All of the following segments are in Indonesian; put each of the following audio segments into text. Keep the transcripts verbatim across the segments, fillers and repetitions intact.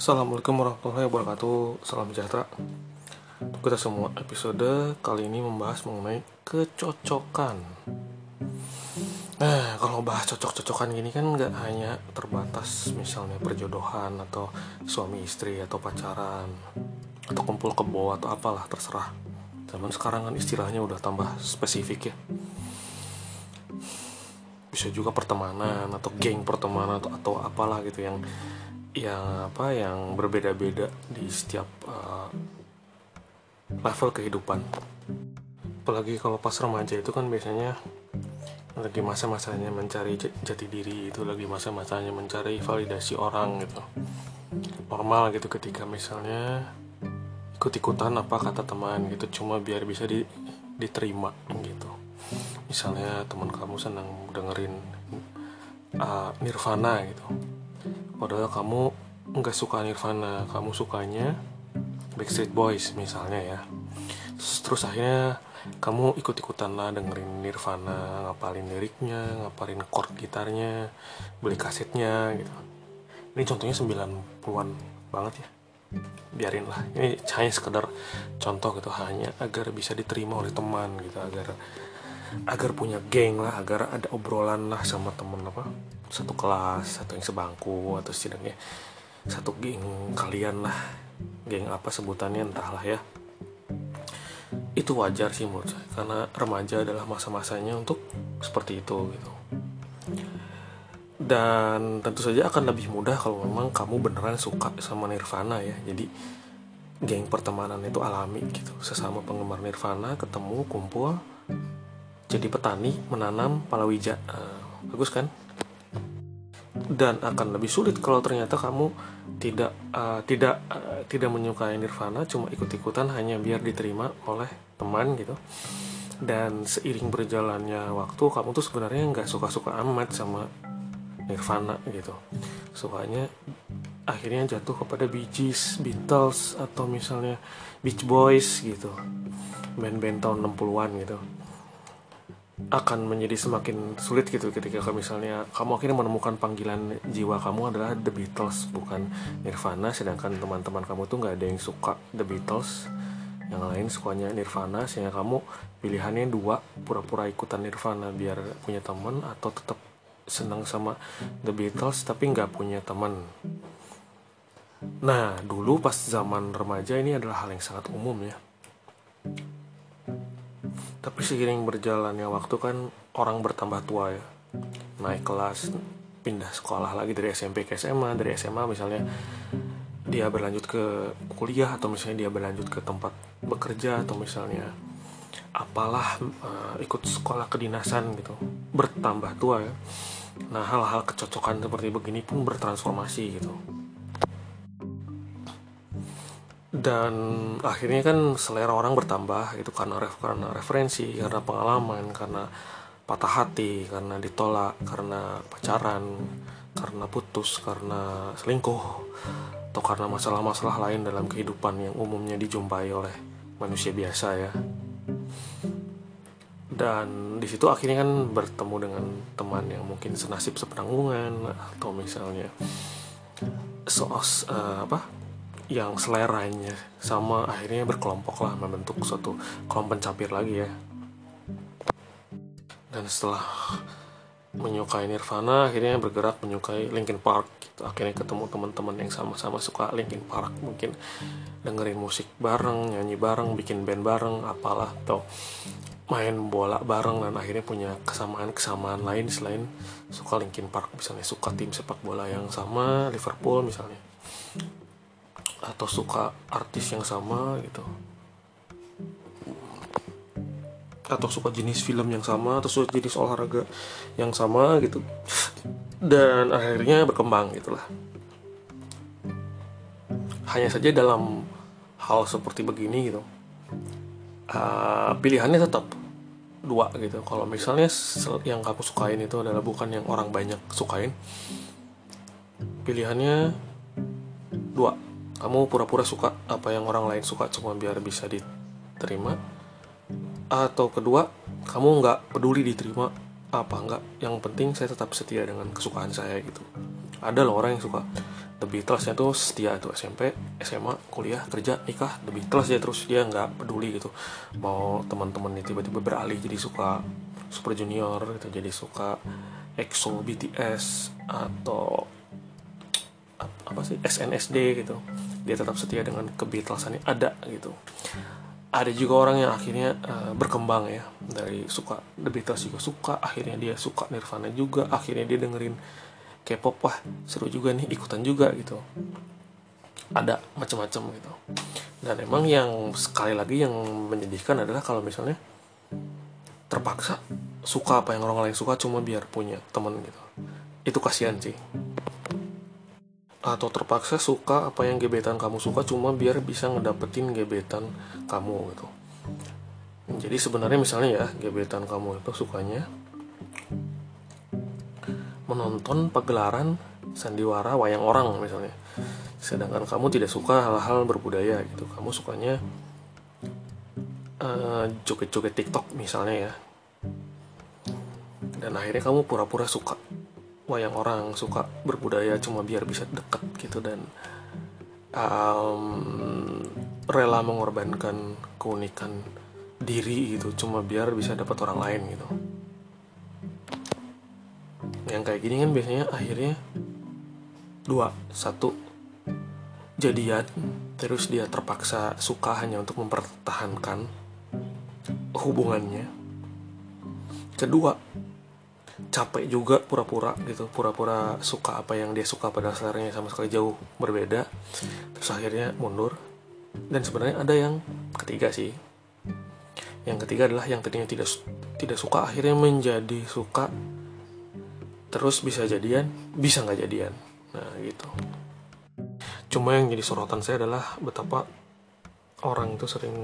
Assalamualaikum warahmatullahi wabarakatuh. Salam sejahtera untuk kita semua. Episode kali ini membahas mengenai kecocokan. Nah, kalau bahas cocok-cocokan gini kan nggak hanya terbatas misalnya perjodohan atau suami istri atau pacaran atau kumpul kebo atau apalah, terserah. Zaman sekarang kan istilahnya udah tambah spesifik ya. Bisa juga pertemanan atau geng pertemanan atau, atau apalah gitu yang yang apa yang berbeda-beda di setiap uh, level kehidupan. Apalagi kalau pas remaja itu kan biasanya lagi masa-masanya mencari jati diri, itu lagi masa-masanya mencari validasi orang gitu. Normal gitu ketika misalnya ikut-ikutan apa kata teman gitu cuma biar bisa di, diterima gitu. Misalnya teman kamu senang dengerin uh, Nirvana gitu, padahal kamu nggak suka Nirvana, kamu sukanya Backstreet Boys misalnya ya. Terus akhirnya kamu ikut-ikutan lah dengerin Nirvana, ngapalin liriknya, ngapalin chord gitarnya, beli kasetnya gitu. Ini contohnya sembilan puluhan banget ya. Biarin lah, ini hanya sekedar contoh gitu, hanya agar bisa diterima oleh teman gitu, agar agar punya geng lah, agar ada obrolan lah sama temen apa satu kelas atau yang sebangku atau setidaknya satu geng kalian lah, geng apa sebutannya entahlah ya. Itu wajar sih menurut saya, karena remaja adalah masa-masanya untuk seperti itu gitu. Dan tentu saja akan lebih mudah kalau memang kamu beneran suka sama Nirvana ya. Jadi geng pertemanan itu alami gitu, sesama penggemar Nirvana ketemu kumpul jadi petani menanam palawija. uh, bagus kan? Dan akan lebih sulit kalau ternyata kamu tidak uh, tidak uh, tidak menyukai Nirvana, cuma ikut-ikutan hanya biar diterima oleh teman gitu. Dan seiring berjalannya waktu, kamu tuh sebenarnya nggak suka-suka amat sama Nirvana gitu. Sukanya akhirnya jatuh kepada Bee Gees, Beatles, atau misalnya Beach Boys gitu, band-band tahun enam puluhan gitu. Akan menjadi semakin sulit gitu ketika misalnya kamu akhirnya menemukan panggilan jiwa kamu adalah The Beatles, bukan Nirvana, sedangkan teman-teman kamu tuh nggak ada yang suka The Beatles, yang lain sukanya Nirvana, sehingga kamu pilihannya dua, pura-pura ikutan Nirvana biar punya teman, atau tetap senang sama The Beatles tapi nggak punya teman. Nah, dulu pas zaman remaja ini adalah hal yang sangat umum ya. Tapi seiring berjalannya waktu kan orang bertambah tua ya, naik kelas, pindah sekolah lagi dari S M P ke S M A, dari S M A misalnya dia berlanjut ke kuliah, atau misalnya dia berlanjut ke tempat bekerja, atau misalnya apalah uh, ikut sekolah kedinasan gitu, bertambah tua ya. Nah, hal-hal kecocokan seperti begini pun bertransformasi gitu. Dan akhirnya kan selera orang bertambah gitu, karena ref, karena referensi, karena pengalaman, karena patah hati, karena ditolak, karena pacaran, karena putus, karena selingkuh, atau karena masalah-masalah lain dalam kehidupan yang umumnya dijumpai oleh manusia biasa ya. Dan di situ akhirnya kan bertemu dengan teman yang mungkin senasib sepenanggungan, atau misalnya soos uh, apa yang seleranya sama, akhirnya berkelompok lah, membentuk suatu kelompok pencapir lagi ya. Dan setelah menyukai Nirvana, akhirnya bergerak menyukai Linkin Park gitu. Akhirnya ketemu teman-teman yang sama-sama suka Linkin Park, mungkin dengerin musik bareng, nyanyi bareng, bikin band bareng, apalah, atau main bola bareng, dan akhirnya punya kesamaan-kesamaan lain selain suka Linkin Park, misalnya suka tim sepak bola yang sama, Liverpool misalnya, atau suka artis yang sama gitu, atau suka jenis film yang sama, atau suka jenis olahraga yang sama gitu. Dan akhirnya berkembang gitulah. Hanya saja dalam hal seperti begini gitu, uh, pilihannya tetap dua gitu. Kalau misalnya yang kamu sukain itu adalah bukan yang orang banyak sukain, pilihannya dua. Kamu pura-pura suka apa yang orang lain suka cuma biar bisa diterima, atau kedua, kamu nggak peduli diterima apa enggak, yang penting saya tetap setia dengan kesukaan saya gitu. Ada loh orang yang suka The Beatlesnya tuh setia tuh S M P, S M A, kuliah, kerja, nikah, The Beatles ya terus, dia nggak peduli gitu mau teman-temannya tiba-tiba beralih jadi suka Super Junior gitu, jadi suka EXO, B T S atau apa sih S N S D gitu, dia tetap setia dengan ke Beatlesannya ada gitu. Ada juga orang yang akhirnya uh, berkembang ya, dari suka The Beatles juga suka, akhirnya dia suka Nirvana juga, akhirnya dia dengerin K-pop, wah seru juga nih, ikutan juga gitu. Ada macam-macam gitu. Dan emang yang sekali lagi yang menyedihkan adalah kalau misalnya terpaksa suka apa yang orang lain suka cuma biar punya temen gitu. Itu kasihan sih. Atau terpaksa suka apa yang gebetan kamu suka cuma biar bisa ngedapetin gebetan kamu gitu. Jadi sebenarnya misalnya ya, gebetan kamu itu sukanya menonton pagelaran sandiwara wayang orang misalnya, sedangkan kamu tidak suka hal-hal berbudaya gitu, kamu sukanya uh, joget-joget TikTok misalnya ya, dan akhirnya kamu pura-pura suka wayang orang, suka berbudaya cuma biar bisa deket gitu, dan um, rela mengorbankan keunikan diri gitu cuma biar bisa dapat orang lain gitu. Yang kayak gini kan biasanya akhirnya dua, satu jadian terus dia terpaksa suka hanya untuk mempertahankan hubungannya. Kedua, capek juga pura-pura gitu, pura-pura suka apa yang dia suka pada dasarnya sama sekali jauh berbeda, terus akhirnya mundur. Dan sebenarnya ada yang ketiga sih. Yang ketiga adalah yang tadinya tidak tidak suka akhirnya menjadi suka, terus bisa jadian, bisa nggak jadian. Nah gitu. Cuma yang jadi sorotan saya adalah betapa orang itu sering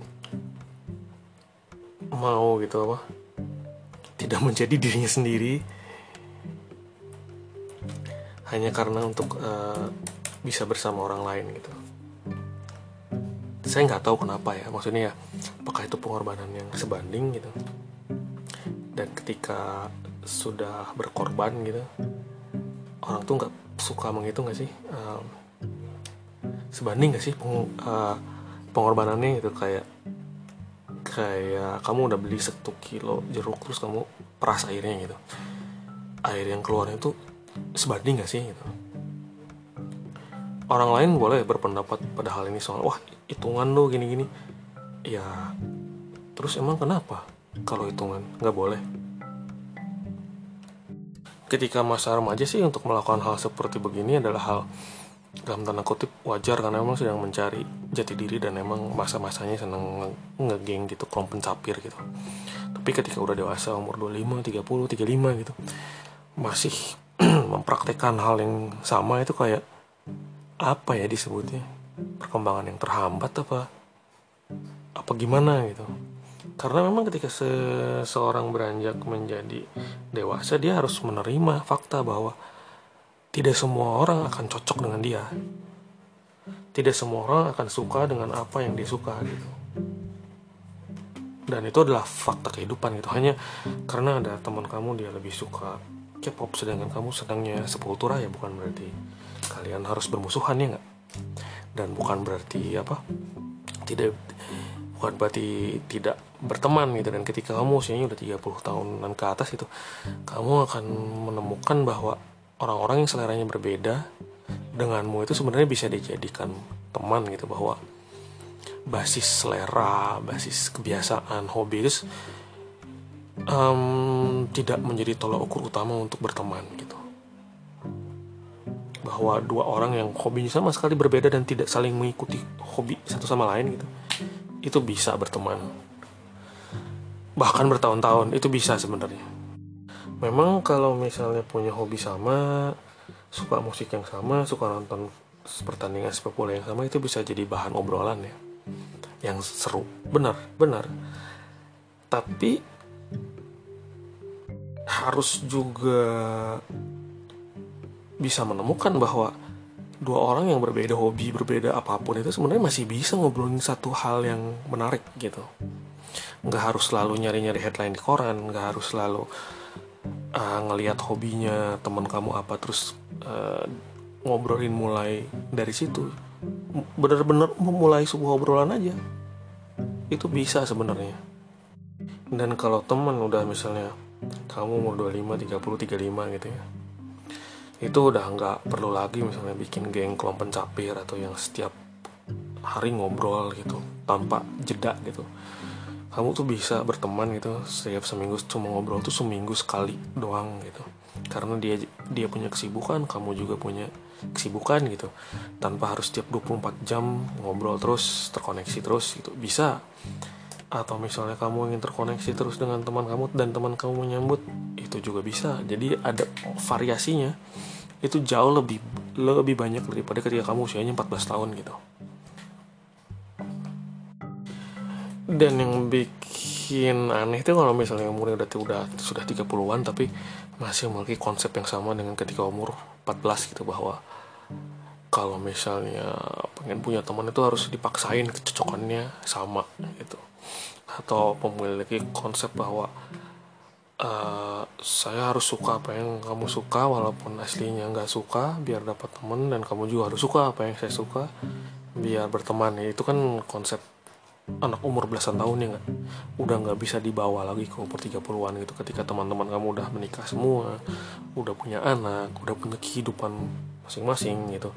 mau gitu apa, tidak menjadi dirinya sendiri hanya karena untuk uh, bisa bersama orang lain gitu. Saya nggak tahu kenapa ya, maksudnya ya, apakah itu pengorbanan yang sebanding gitu, dan ketika sudah berkorban gitu, orang tuh nggak suka menghitung nggak sih uh, sebanding nggak sih peng, uh, pengorbanannya gitu. Kayak kayak kamu udah beli satu kilo jeruk terus kamu peras airnya gitu, air yang keluarnya itu sebanding nggak sih gitu. Orang lain boleh berpendapat pada hal ini soal wah hitungan lo gini-gini ya, terus emang kenapa kalau hitungan nggak boleh? Ketika masa remaja sih untuk melakukan hal seperti begini adalah hal dalam tanda kutip wajar, karena memang sedang mencari jati diri dan emang masa-masanya seneng ngegeng gitu, kelompok pencapir gitu. Tapi ketika udah dewasa umur dua puluh lima, tiga puluh, tiga puluh lima gitu, masih mempraktekkan hal yang sama, itu kayak apa ya disebutnya, perkembangan yang terhambat apa apa gimana gitu. Karena memang ketika seseorang beranjak menjadi dewasa, dia harus menerima fakta bahwa tidak semua orang akan cocok dengan dia, tidak semua orang akan suka dengan apa yang dia suka gitu. Dan itu adalah fakta kehidupan gitu. Hanya karena ada teman kamu dia lebih suka K-pop sedangkan kamu sedangnya Sepultura, ya bukan berarti kalian harus bermusuhan, ya nggak? Dan bukan berarti apa tidak bukan berarti tidak berteman gitu. Dan ketika kamu usianya udah tiga puluh tahunan ke atas itu, kamu akan menemukan bahwa orang-orang yang seleranya berbeda denganmu itu sebenarnya bisa dijadikan teman gitu, bahwa basis selera, basis kebiasaan, hobi itu um, tidak menjadi tolak ukur utama untuk berteman gitu. Bahwa dua orang yang hobinya sama sekali berbeda dan tidak saling mengikuti hobi satu sama lain gitu, itu bisa berteman bahkan bertahun-tahun, itu bisa sebenarnya. Memang kalau misalnya punya hobi sama, suka musik yang sama, suka nonton pertandingan sepak bola yang sama, itu bisa jadi bahan obrolan ya, yang seru, benar, benar. Tapi harus juga bisa menemukan bahwa dua orang yang berbeda hobi, berbeda apapun itu sebenarnya masih bisa ngobrolin satu hal yang menarik gitu. Nggak harus selalu nyari-nyari headline di koran, nggak harus selalu uh, ngelihat hobinya teman kamu apa terus uh, ngobrolin mulai dari situ, bener-bener memulai sebuah obrolan aja, itu bisa sebenarnya. Dan kalau teman udah misalnya kamu umur dua puluh lima, tiga puluh, tiga puluh lima gitu ya, itu udah nggak perlu lagi misalnya bikin geng kelompok pencapir atau yang setiap hari ngobrol gitu tanpa jeda gitu. Kamu tuh bisa berteman gitu setiap seminggu, cuma ngobrol tuh seminggu sekali doang gitu, karena dia dia punya kesibukan, kamu juga punya kesibukan gitu, tanpa harus setiap dua puluh empat jam ngobrol terus, terkoneksi terus gitu, bisa. Atau misalnya kamu ingin terkoneksi terus dengan teman kamu dan teman kamu menyambut, itu juga bisa. Jadi ada variasinya, itu jauh lebih lebih banyak daripada ketika kamu usianya empat belas tahun gitu. Dan yang bikin aneh itu kalau misalnya umurnya udah, udah sudah tiga puluhan tapi masih memiliki konsep yang sama dengan ketika umur empat belas gitu, bahwa kalau misalnya pengen punya teman itu harus dipaksain kecocokannya sama gitu, atau memiliki konsep bahwa uh, saya harus suka apa yang kamu suka walaupun aslinya nggak suka biar dapat teman, dan kamu juga harus suka apa yang saya suka biar berteman. Ya, itu kan konsep anak umur belasan tahun ya, nggak, udah nggak bisa dibawa lagi ke umur tiga puluhan gitu, ketika teman-teman kamu udah menikah semua, udah punya anak, udah punya kehidupan masing-masing gitu.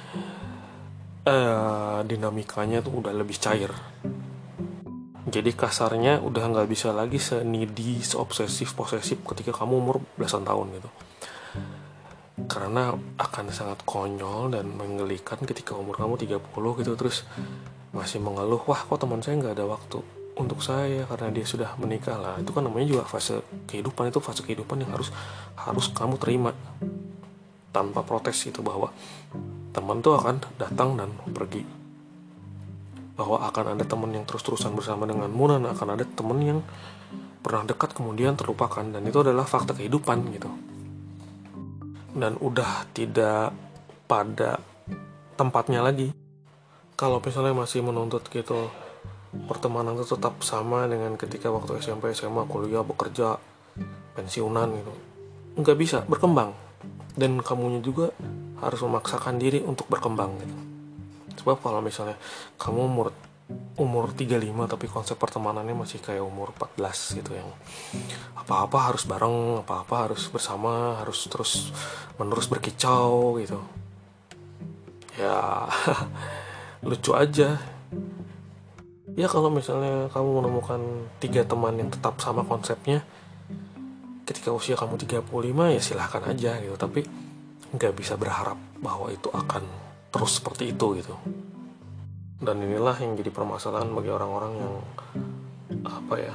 Uh, dinamikanya tuh udah lebih cair. Jadi kasarnya udah nggak bisa lagi se-needy, se-obsesif, posesif ketika kamu umur belasan tahun gitu. Karena akan sangat konyol dan menggelikan ketika umur kamu tiga puluh gitu, terus masih mengeluh, wah kok teman saya nggak ada waktu untuk saya karena dia sudah menikah. Lah itu kan namanya juga fase kehidupan, itu fase kehidupan yang harus harus kamu terima tanpa protes gitu, bahwa teman tuh akan datang dan pergi, bahwa akan ada teman yang terus-terusan bersama denganmu dan akan ada teman yang pernah dekat kemudian terlupakan, dan itu adalah fakta kehidupan gitu. Dan udah tidak pada tempatnya lagi kalau misalnya masih menuntut gitu pertemanan itu tetap sama dengan ketika waktu S M P, S M A, kuliah, bekerja, pensiunan gitu. Nggak bisa berkembang, dan kamunya juga harus memaksakan diri untuk berkembang gitu. Sebab kalau misalnya kamu umur umur tiga puluh lima tapi konsep pertemanannya masih kayak umur empat belas gitu, yang apa-apa harus bareng, apa-apa harus bersama, harus terus menerus berkicau gitu. Ya lucu aja. Ya kalau misalnya kamu menemukan tiga teman yang tetap sama konsepnya ketika usia kamu tiga puluh lima, ya silahkan aja gitu, tapi nggak bisa berharap bahwa itu akan terus seperti itu gitu. Dan inilah yang jadi permasalahan bagi orang-orang yang apa ya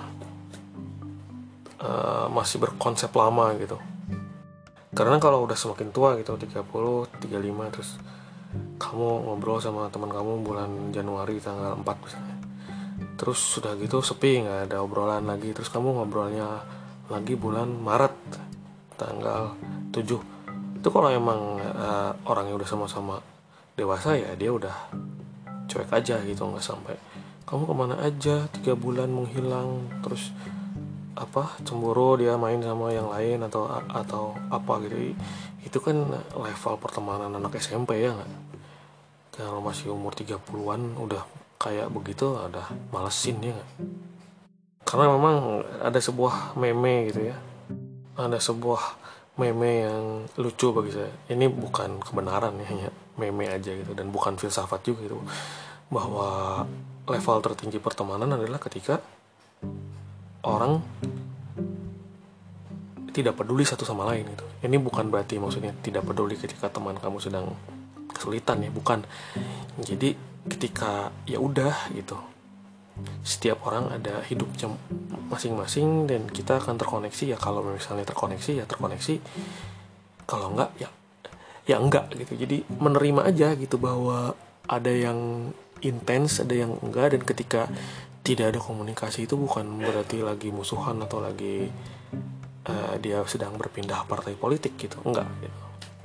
uh, masih berkonsep lama gitu. Karena kalau udah semakin tua gitu, tiga puluh, tiga puluh lima, terus kamu ngobrol sama teman kamu bulan Januari tanggal empat misalnya, terus sudah gitu sepi, nggak ada obrolan lagi, terus kamu ngobrolnya lagi bulan Maret tanggal tujuh. Itu kalau emang uh, orangnya udah sama-sama dewasa, ya dia udah cuek aja gitu, nggak sampai kamu kemana aja tiga bulan menghilang, terus apa cemburu dia main sama yang lain atau atau apa gitu. Itu kan level pertemanan anak S M P ya nggak? Kalau masih umur tiga puluhan udah kayak begitu, ada malesin ya nggak? Karena memang ada sebuah meme gitu ya, ada sebuah meme yang lucu bagi saya. Ini bukan kebenaran ya, hanya meme aja gitu, dan bukan filsafat juga gitu, bahwa level tertinggi pertemanan adalah ketika orang tidak peduli satu sama lain gitu. Ini bukan berarti maksudnya tidak peduli ketika teman kamu sedang kesulitan ya, bukan. Jadi ketika ya udah gitu, setiap orang ada hidupnya masing-masing dan kita akan terkoneksi ya. Kalau misalnya terkoneksi ya terkoneksi, kalau enggak ya ya enggak gitu. Jadi menerima aja gitu bahwa ada yang intens, ada yang enggak, dan ketika tidak ada komunikasi itu bukan berarti lagi musuhan atau lagi uh, dia sedang berpindah partai politik gitu, enggak gitu.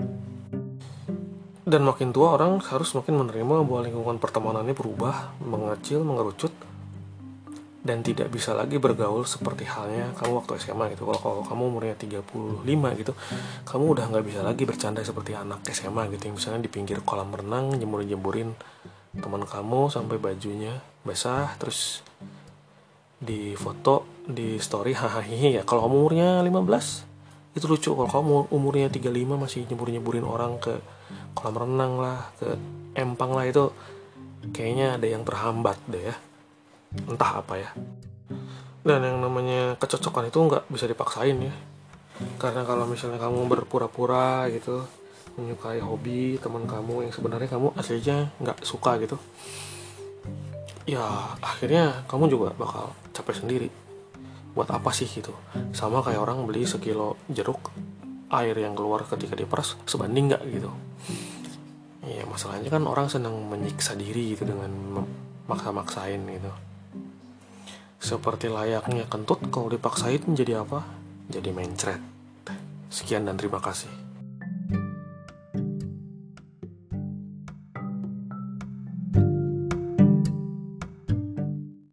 Dan makin tua orang harus makin menerima bahwa lingkungan pertemanannya berubah, mengecil, mengerucut, dan tidak bisa lagi bergaul seperti halnya kamu waktu S M A gitu. Kalau, kalau kamu umurnya tiga puluh lima gitu, kamu udah nggak bisa lagi bercanda seperti anak S M A gitu, yang misalnya di pinggir kolam renang jemur-jemurin teman kamu sampai bajunya basah, terus di foto di story hahaha. Ya kalau kamu umurnya lima belas itu lucu. Kalau kamu umurnya tiga puluh lima masih nyebur-nyeburin orang ke kolam renang lah, ke empang lah, itu kayaknya ada yang terhambat deh ya, entah apa ya. Dan yang namanya kecocokan itu nggak bisa dipaksain ya, karena kalau misalnya kamu berpura-pura gitu menyukai hobi teman kamu yang sebenarnya kamu aslinya nggak suka gitu, ya akhirnya kamu juga bakal capek sendiri. Buat apa sih gitu? Sama kayak orang beli sekilo jeruk, air yang keluar ketika diperas sebanding nggak gitu. Ya masalahnya kan orang senang menyiksa diri gitu dengan maksa-maksain gitu. Seperti layaknya kentut, kalau dipaksain jadi apa? Jadi mencret. Sekian dan terima kasih.